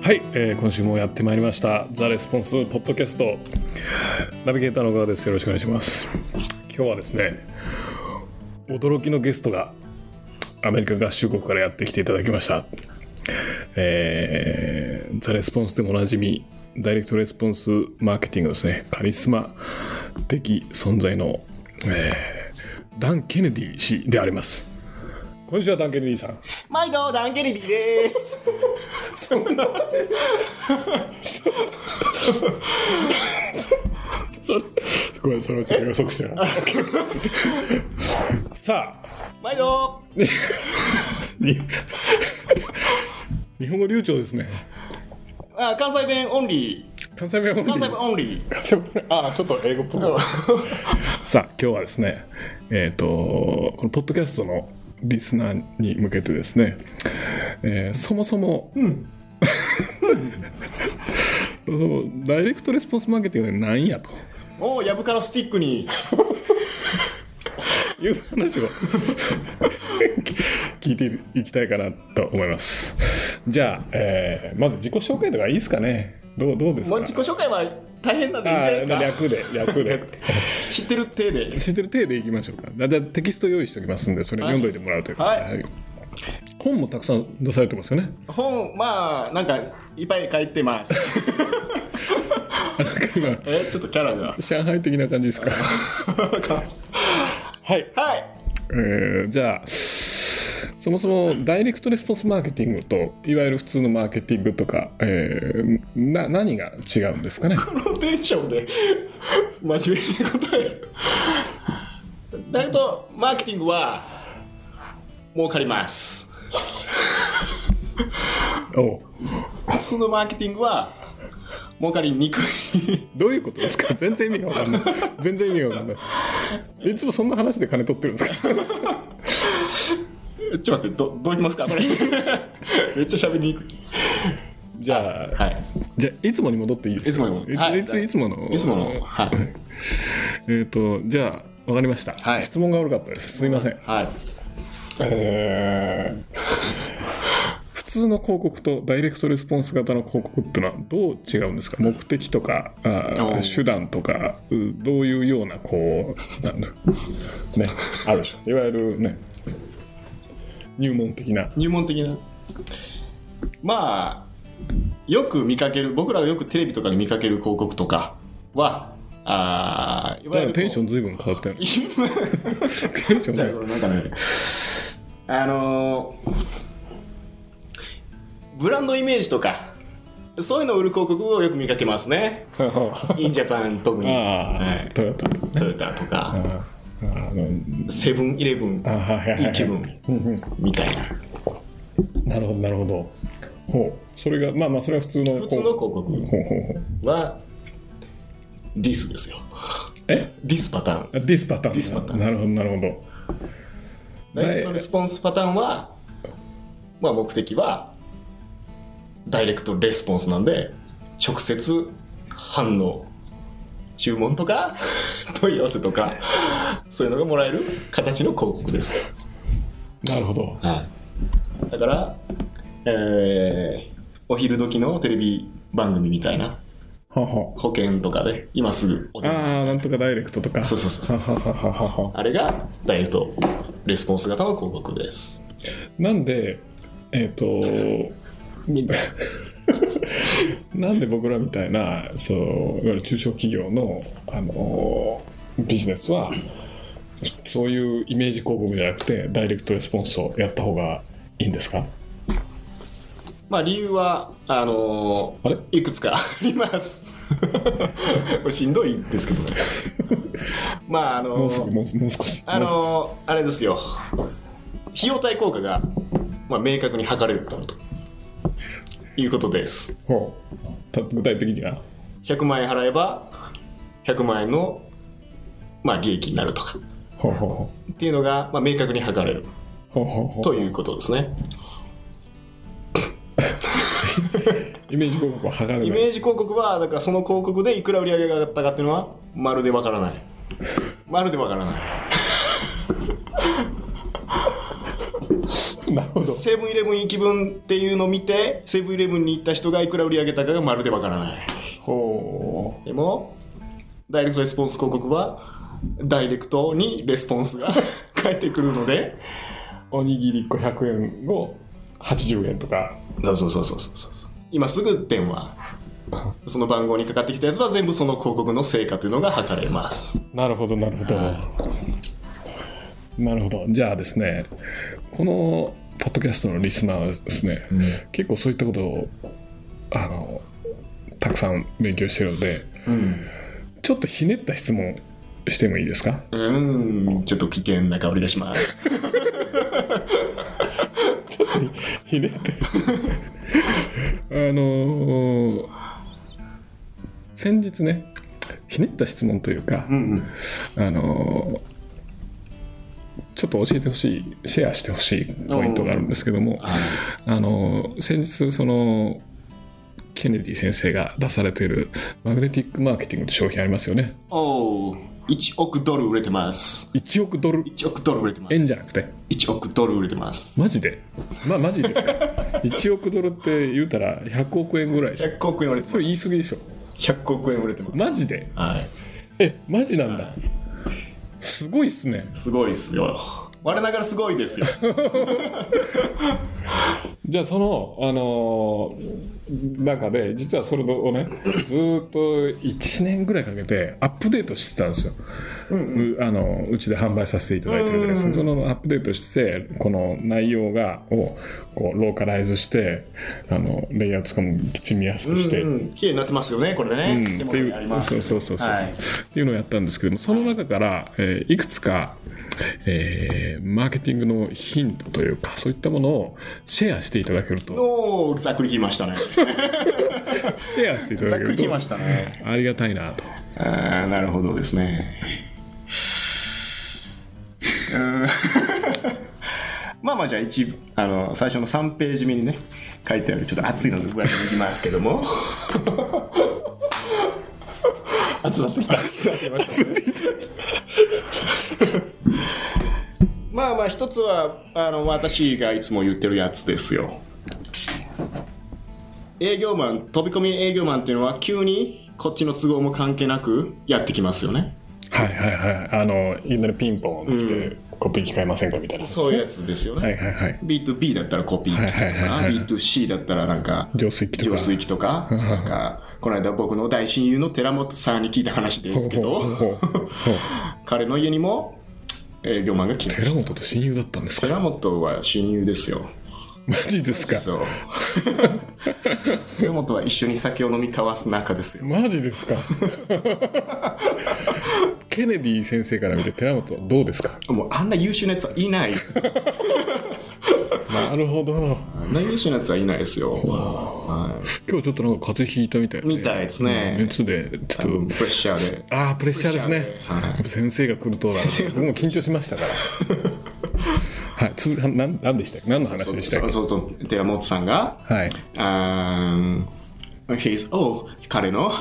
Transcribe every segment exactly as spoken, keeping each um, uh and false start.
はい、えー、今週もやってまいりましたザ・レスポンスポッドキャスト、ナビゲーターの小川です。よろしくお願いします。今日はですね、驚きのゲストがアメリカ合衆国からやってきていただきました。えー、ザ・レスポンスでもおなじみダイレクトレスポンスマーケティングですね、カリスマ的存在の、えー、ダン・ケネディ氏であります。こんにちは、ダン・ケネディさん。 毎度ダン・ケネディですそんなそれすごい、それをちょっと予測してるさあ、 毎度日本語流暢ですね。 あ、関西弁オンリー関西弁オンリー関西弁オンリー関西弁あ、ちょっと英語っぽいさあ、今日はですね、えっとこのポッドキャストのリスナーに向けてですね、えー、そもそも、うん、そのダイレクトレスポンスマーケティングって何やと、 おー、やぶからスティックにいう話を聞いていきたいかなと思います。じゃあ、えー、まず自己紹介とかいいですかね。どう、どうですか。 もう自己紹介は大変なんでいいんじゃないですか。 略で略で知ってる体で知ってる体でいきましょうか。だだテキスト用意しておきますんで、それ読んどいてもらうというか、 はいはい、本もたくさん出されてますよね。 本、まあなんかいっぱい書いてますなんか今えちょっとキャラが上海的な感じですかはい、 はい、 えー、じゃあそもそもダイレクトレスポンスマーケティングといわゆる普通のマーケティングとか、えー、な何が違うんですかね。 このテンションで真面目に答える。ダイレクトマーケティングは儲かりますお普通のマーケティングは儲かりにくいどういうことですか。全然意味が分かんない全然意味が分かんないいつもそんな話で金取ってるんですかちょっと待って、ど, どういきますかこれめっちゃ喋りにくい。 じゃあ、はい、じゃあいつもに戻っていいですか。 いつもに、 いつ、はい、いついつものいつもの、はい、 えっとじゃあ分かりました、はい、質問が悪かったです。すみません、 はい、 えー、普通の広告とダイレクトレスポンス型の広告っていうのはどう違うんですか。目的とかあ手段とかどういうようなこうなんだねあるでしょ。いわゆるね入門的な入門的なまあよく見かける、僕らがよくテレビとかで見かける広告とかはあいわゆるテンションずいぶん変わったよねテンションじゃあこれなんかねあのー、ブランドイメージとかそういうのを売る広告をよく見かけますねインジャパン特に、はい、 トヨタとか、ね、 トヨタとかセブンイレブンいい気分みたいな。 なるほどなるほど。ほう、それがまあまあそれは普通の普通の広告はディスですよ。 えディスパターン。 ディスパターン。 ディスパターン。 なるほどなるほど。 ダイレクトレスポンスパターンは、まあ目的はダイレクトレスポンスなんで直接反応。注文とか問い合わせとかそういうのがもらえる形の広告です。 なるほど、 はい、だから、えー、お昼時のテレビ番組みたいなはは保険とかで今すぐお電話、ああなんとかダイレクトとか、 そうそうそうははははあれがダイレクトレスポンス型の広告です。 なんでえっ、ー、とみんななんで僕らみたいなそういわゆる中小企業の、あのー、ビジネスはそういうイメージ広告じゃなくてダイレクトレスポンスをやった方がいいんですか。 まあ理由はあのー、あれいくつかありますこれしんどいですけどねまああのー、 もう少しもう少しあのー、あれですよ、費用対効果が、まあ、明確に測れるということです。 ほう、具体的にはひゃくまんえん払えばひゃくまんえんの、まあ、利益になるとかほうほうほうっていうのが、まあ、明確に測れるほうほうほうということですねイメージ広告は測れない。 イメージ広告はだからその広告でいくら売り上げが上がったかっていうのはまるでわからないまるでわからないなるほど。 セブンイレブン行き分っていうのを見て、セブンイレブンに行った人がいくら売り上げたかがまるでわからない。 ほう。 でもダイレクトレスポンス広告はダイレクトにレスポンスが返ってくるので、 おにぎりいっこひゃくえんをはちじゅうえんとか。 そうそうそうそうそうそう。今すぐ電話。その番号にかかってきたやつは全部その広告の成果というのが測れます。 なるほどなるほど。なるほど。じゃあですね、このポッドキャストのリスナーはですね、うん、結構そういったことをあのたくさん勉強しているので、うん、ちょっとひねった質問してもいいですか？ うーん、ちょっと危険な香りがします。ちょっとひねってあのー、先日ね、ひねった質問というか、うんうん、あのーちょっと教えてほしい、シェアしてほしいポイントがあるんですけども、あの先日そのケネディ先生が出されているマグネティックマーケティングって商品ありますよね。 おー、いちおくドル売れてます。 いちおくドル？ いちおくドル売れてます。 円じゃなくていちおくドル売れてます。 マジで？まあマジですか？いちおくドルって言うたらひゃくおくえんぐらいでしょ。 ひゃくおくえん売れてます。 それ言い過ぎでしょ。 ひゃくおくえん売れてます。 マジで？ はい。 え、マジなんだ。はい、すごいっすね。 すごいっすよ。我ながらすごいですよ。 じゃあその、あのー、中で実はそれをねずっといちねんぐらいかけてアップデートしてたんですよ。うんうん、あのうちで販売させていただいてるんです、うんうん、そのアップデートしてこの内容がをこうローカライズしてあのレイアウトとかもきちん見やすくして、 うんうん、綺麗になってますよねこれね、うん、 っていうそうそうそうそう、はい、っていうのをやったんですけども、その中から、えー、いくつか、えー、マーケティングのヒントというかそういったものをシェアしていただけると。 おー、ざっくり言いましたね。 シェアしていただけるとざっくり言いましたね。 ありがたいなと。 あ、なるほどですね。うんまあまあじゃあ一あの最初のさんページ目にね書いてあるちょっと熱いので具合にいきますけども熱なってきた熱なってましたねまあまあ一つはあの私がいつも言ってるやつですよ。営業マン、飛び込み営業マンっていうのは急にこっちの都合も関係なくやってきますよね。 はいはいはい、あのいきなりピンポン来て、うん、コピー機買えませんかみたいな、 そういうやつですよね。 はいはいはい、 ビーツービー だったらコピー機とか、はいはいはいはい、ビーツーシー だったらなんか浄水器とか、 浄水器とかなんかこの間僕の大親友の寺本さんに聞いた話ですけど彼の家にも営業マンが来ました。 寺本と親友だったんですか？ 寺本は親友ですよ。 マジですか？ そう寺本は一緒に酒を飲み交わす仲ですよ。 マジですか？ケネディ先生から見て寺本はどうですか？ もうあんな優秀なやつはいないですなるほど。 あんな優秀なやつはいないですよ、はい、 今日ちょっとなんか風邪ひいたみたいな、 ね、みたいですね。 熱でちょっとプレッシャーでああプレッシャーですね、はい、先生が来ると僕も緊張しましたからはい、つななんでしたっけ？何の話でしたっけ？ そうそうそう、寺本さんが、 はい、 あ his oh 彼の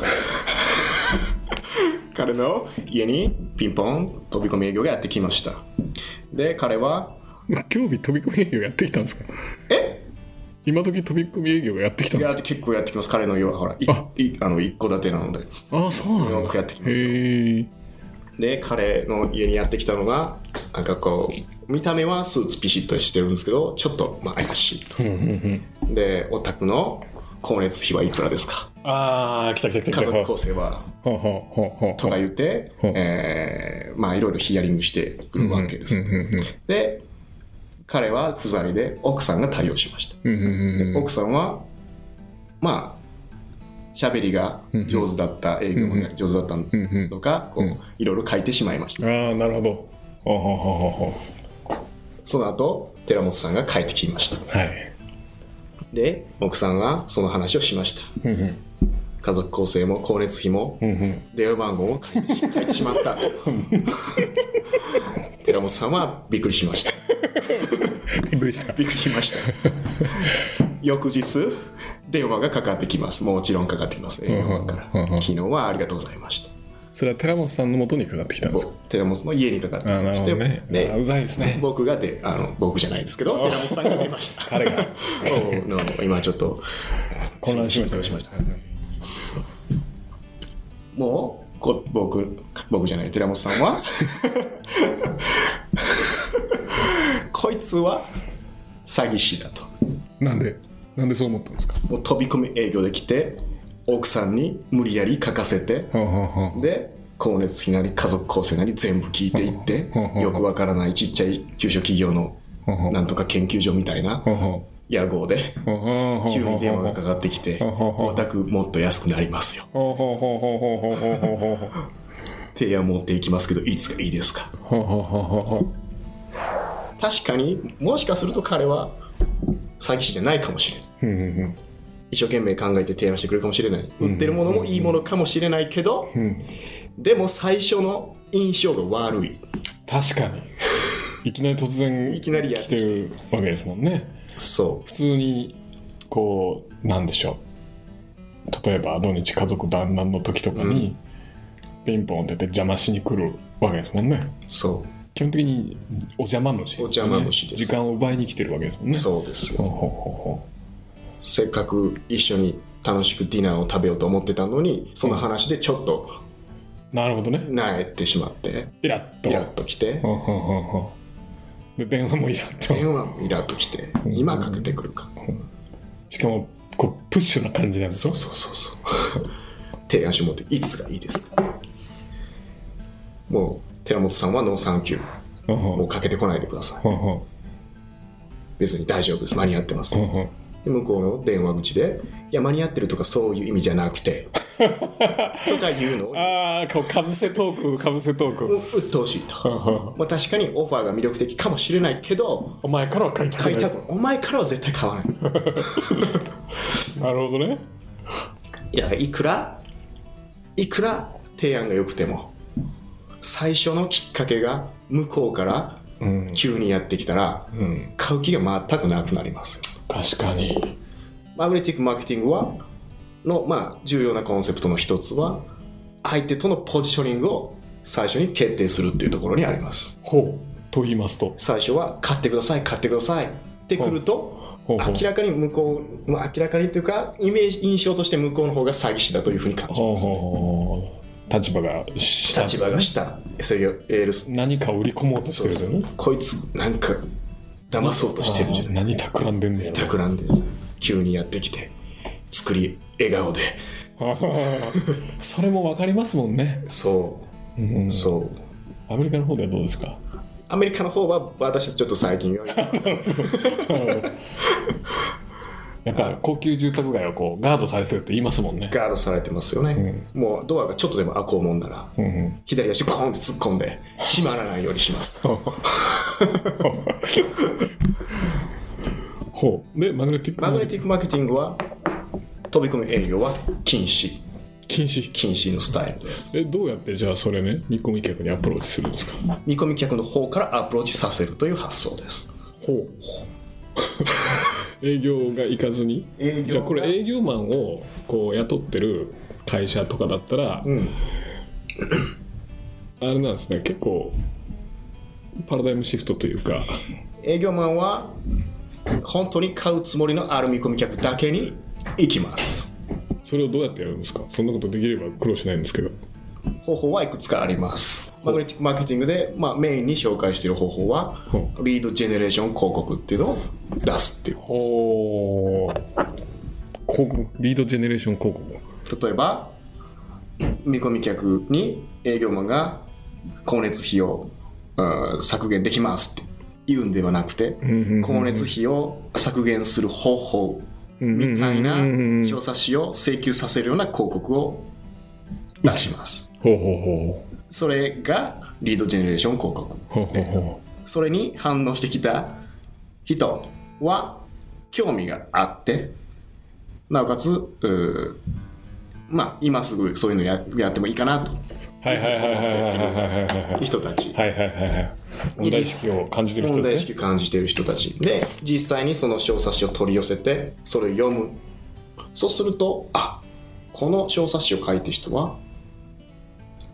彼の家にピンポン飛び込み営業がやってきました。で彼は今日日飛び込み営業やってきたんですか？ え？ 今時飛び込み営業がやってきたんですか？ いや結構やってきます。彼の家はほらいあいあの一戸建てなので。 ああそうなんだ。 やってきますよ。へー。で彼の家にやってきたのがなんかこう見た目はスーツピシッとしてるんですけどちょっとまあ怪しいとでお宅の光熱費はいくらですか？ ああ来た来た来た。 家族構成はほうほうほうほうとか言って、えー、まあいろいろヒアリングしてくるわけです。で彼は不在で奥さんが対応しました。で奥さんはまあ喋りが上手だった、営業が上手だったのか、こういろいろ書いてしまいました。 ああなるほど。ほほほほほ。 その後寺本さんが帰ってきました。 はい。 で奥さんはその話をしました。家族構成も光熱費も電話番号を書いてし、書いてしまった。寺本さんはびっくりしました。 びっくりした。 びっくりしました。翌日電話がかかってきます。もちろんかかってきます。営業マンから。昨日はありがとうございました。 それは寺本さんの元にかかってきたんですか？ 寺本の家にかかってきあ、なまして、 るほどね。 であ、うざいですね。 僕がであの僕じゃないですけど寺本さんが出ました。 彼がの今ちょっと混乱しましたね。 しました。もうこ僕僕じゃない寺本さんはこいつは詐欺師だと。 なんでなんでそう思ったんですか？ もう飛び込み営業で来て奥さんに無理やり書かせて、 はあはあ、 で光熱費なり家族構成なり全部聞いていって、 はあはあ、 よくわからないちっちゃい中小企業のなんとか研究所みたいな屋号で急に電話がかかってきて、お宅もっと安くなりますよ、提案持っていきますけどいつがいいですか。確かにもしかすると彼は詐欺師じゃないかもしれない、一生懸命考えて提案してくれるかもしれない、売ってるものもいいものかもしれないけど、でも最初の印象が悪い。 確かにいきなり突然いきなりや来てるわけですもんね。 そう普通にこうなんでしょう、例えば土日家族団らんの時とかに、うん、ピンポン出て邪魔しに来るわけですもんね。 そう基本的にお邪魔虫です、ね、 お邪魔虫です。 時間を奪いに来てるわけですもんね。 そうですよ。 ほうほうほうせっかく一緒に楽しくディナーを食べようと思ってたのにその話でちょっと、 うん、なるほどね、 なえってしまってイラッとイラッときて、 ほうほうほうほうで電話もイラッと電話もイラッときて、うん、今かけてくるか、 うん、しかもこうプッシュな感じなんですよ。 そうそうそうそう提案してもらっていつがいいですか。もう寺本さんはノーサンキュー、もうかけてこないでください、別に大丈夫です、間に合ってます、で向こうの電話口でいや間に合ってるとかそういう意味じゃなくてとか言うのをああかぶせトークかぶせトークうっとうしいとまあ確かにオファーが魅力的かもしれないけどお前からは買いたくない、 買いたくお前からは絶対買わないなるほどね。 いやいくらいくら提案が良くても最初のきっかけが向こうから急にやってきたら、うん、買う気が全くなくなります。 確かにマグネティックマーケティングはの、まあ、重要なコンセプトの一つは相手とのポジショニングを最初に決定するっていうところにあります。 ほうと言いますと、 最初は買ってください買ってくださいってくると明らかに向こう、まあ、明らかにというかイメージ印象として向こうの方が詐欺師だというふうに感じます、ね、ほう立場が下、 立場が下、 何か売り込もうとしてるよね。 こいつなんか騙そうとしてるじゃん。 何企んでんねん。 企んでる。急にやってきて作り笑顔でそれも分かりますもんね。 そう、うん、そうアメリカの方ではどうですか。 アメリカの方は私ちょっと最近やっぱ高級住宅街をこうガードされてるって言いますもんね。 ガードされてますよね、うん、もうドアがちょっとでも開こうもんなら、うんうん、左足ポーンって突っ込んで閉まらないようにしますほうでマグネティックマグネティックマーケティングは飛び込み営業は禁止禁止禁止のスタイルです。 えどうやってじゃあそれね見込み客にアプローチするんですか。 見込み客の方からアプローチさせるという発想です。 ほう営業が行かずに営業じゃあこれ営業マンをこう雇ってる会社とかだったら、うん、あれなんですね結構パラダイムシフトというか営業マンは本当に買うつもりのある見込み客だけに行きます。 それをどうやってやるんですか。そんなことできれば苦労しないんですけど。 方法はいくつかあります。マグネティックマーケティングで、まあ、メインに紹介している方法はリードジェネレーション広告っていうのを出すっていうほう広告リードジェネレーション広告。 例えば見込み客に営業マンが光熱費を、うん、削減できますって言うんではなくて、光熱費を削減する方法みたいな小冊子を請求させるような広告を出します。 ほうほうほう。 それがリードジェネレーション広告。 ほうほうほう。それに反応してきた人は興味があって、なおかつまあ今すぐそういうの や, やってもいいかなと。 はいはいはいはいはいはいはい。 人たち。 はいはいはいはい。問題意識を感じてる人ですね。 問題意識感じてる人たちで実際にその小冊子を取り寄せてそれを読む。そうするとあこの小冊子を書いてる人は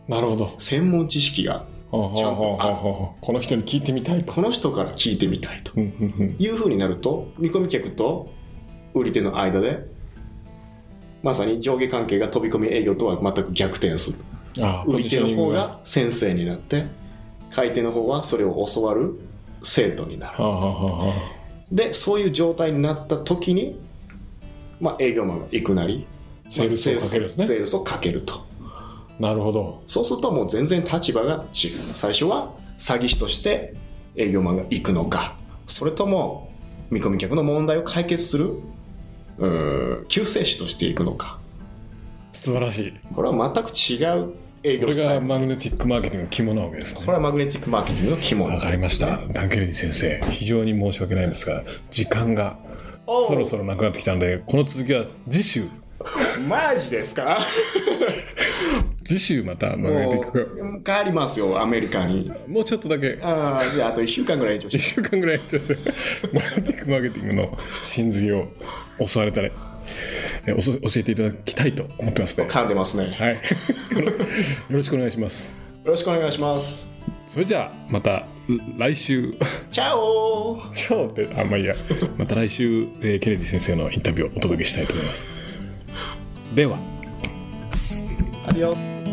なるほど。 専門知識がちゃんとある。 この人に聞いてみたいと。 この人から聞いてみたいというふうになると、見込み客と売り手の間でまさに上下関係が飛び込み営業とは全く逆転する。ああ、売り手の方が先生になって買い手の方はそれを教わる生徒になる。はあはあ、でそういう状態になった時に、まあ、営業マンが行くなりセールスをかけるですね。 セールスをかけると。 なるほど。 そうするともう全然立場が違う。最初は詐欺師として営業マンが行くのか、それとも見込み客の問題を解決するうー救世主としていくのか。 素晴らしい。 これは全く違う営業スタイル。 それがマグネティックマーケティングの肝なわけですね。 これはマグネティックマーケティングの肝。 わかりました。ダン・ケネディ先生、非常に申し訳ないんですが時間がそろそろなくなってきたので、この続きは次週。 マジですか？ 次週またマグネティックが帰りますよ、アメリカに。 もうちょっとだけ。 ああ、じゃああといっしゅうかんぐらい延長して。 いっしゅうかんぐらい延長してマグネティックマーケティングの真髄を教われたら、え教えていただきたいと思ってますね。 噛んでますね。 はい。よろしくお願いします。 よろしくお願いします。 それじゃあまた来週。 チャオー。 チャオってあんまりや。また来週、えー、ケネディ先生のインタビューをお届けしたいと思います。では。 アディオ。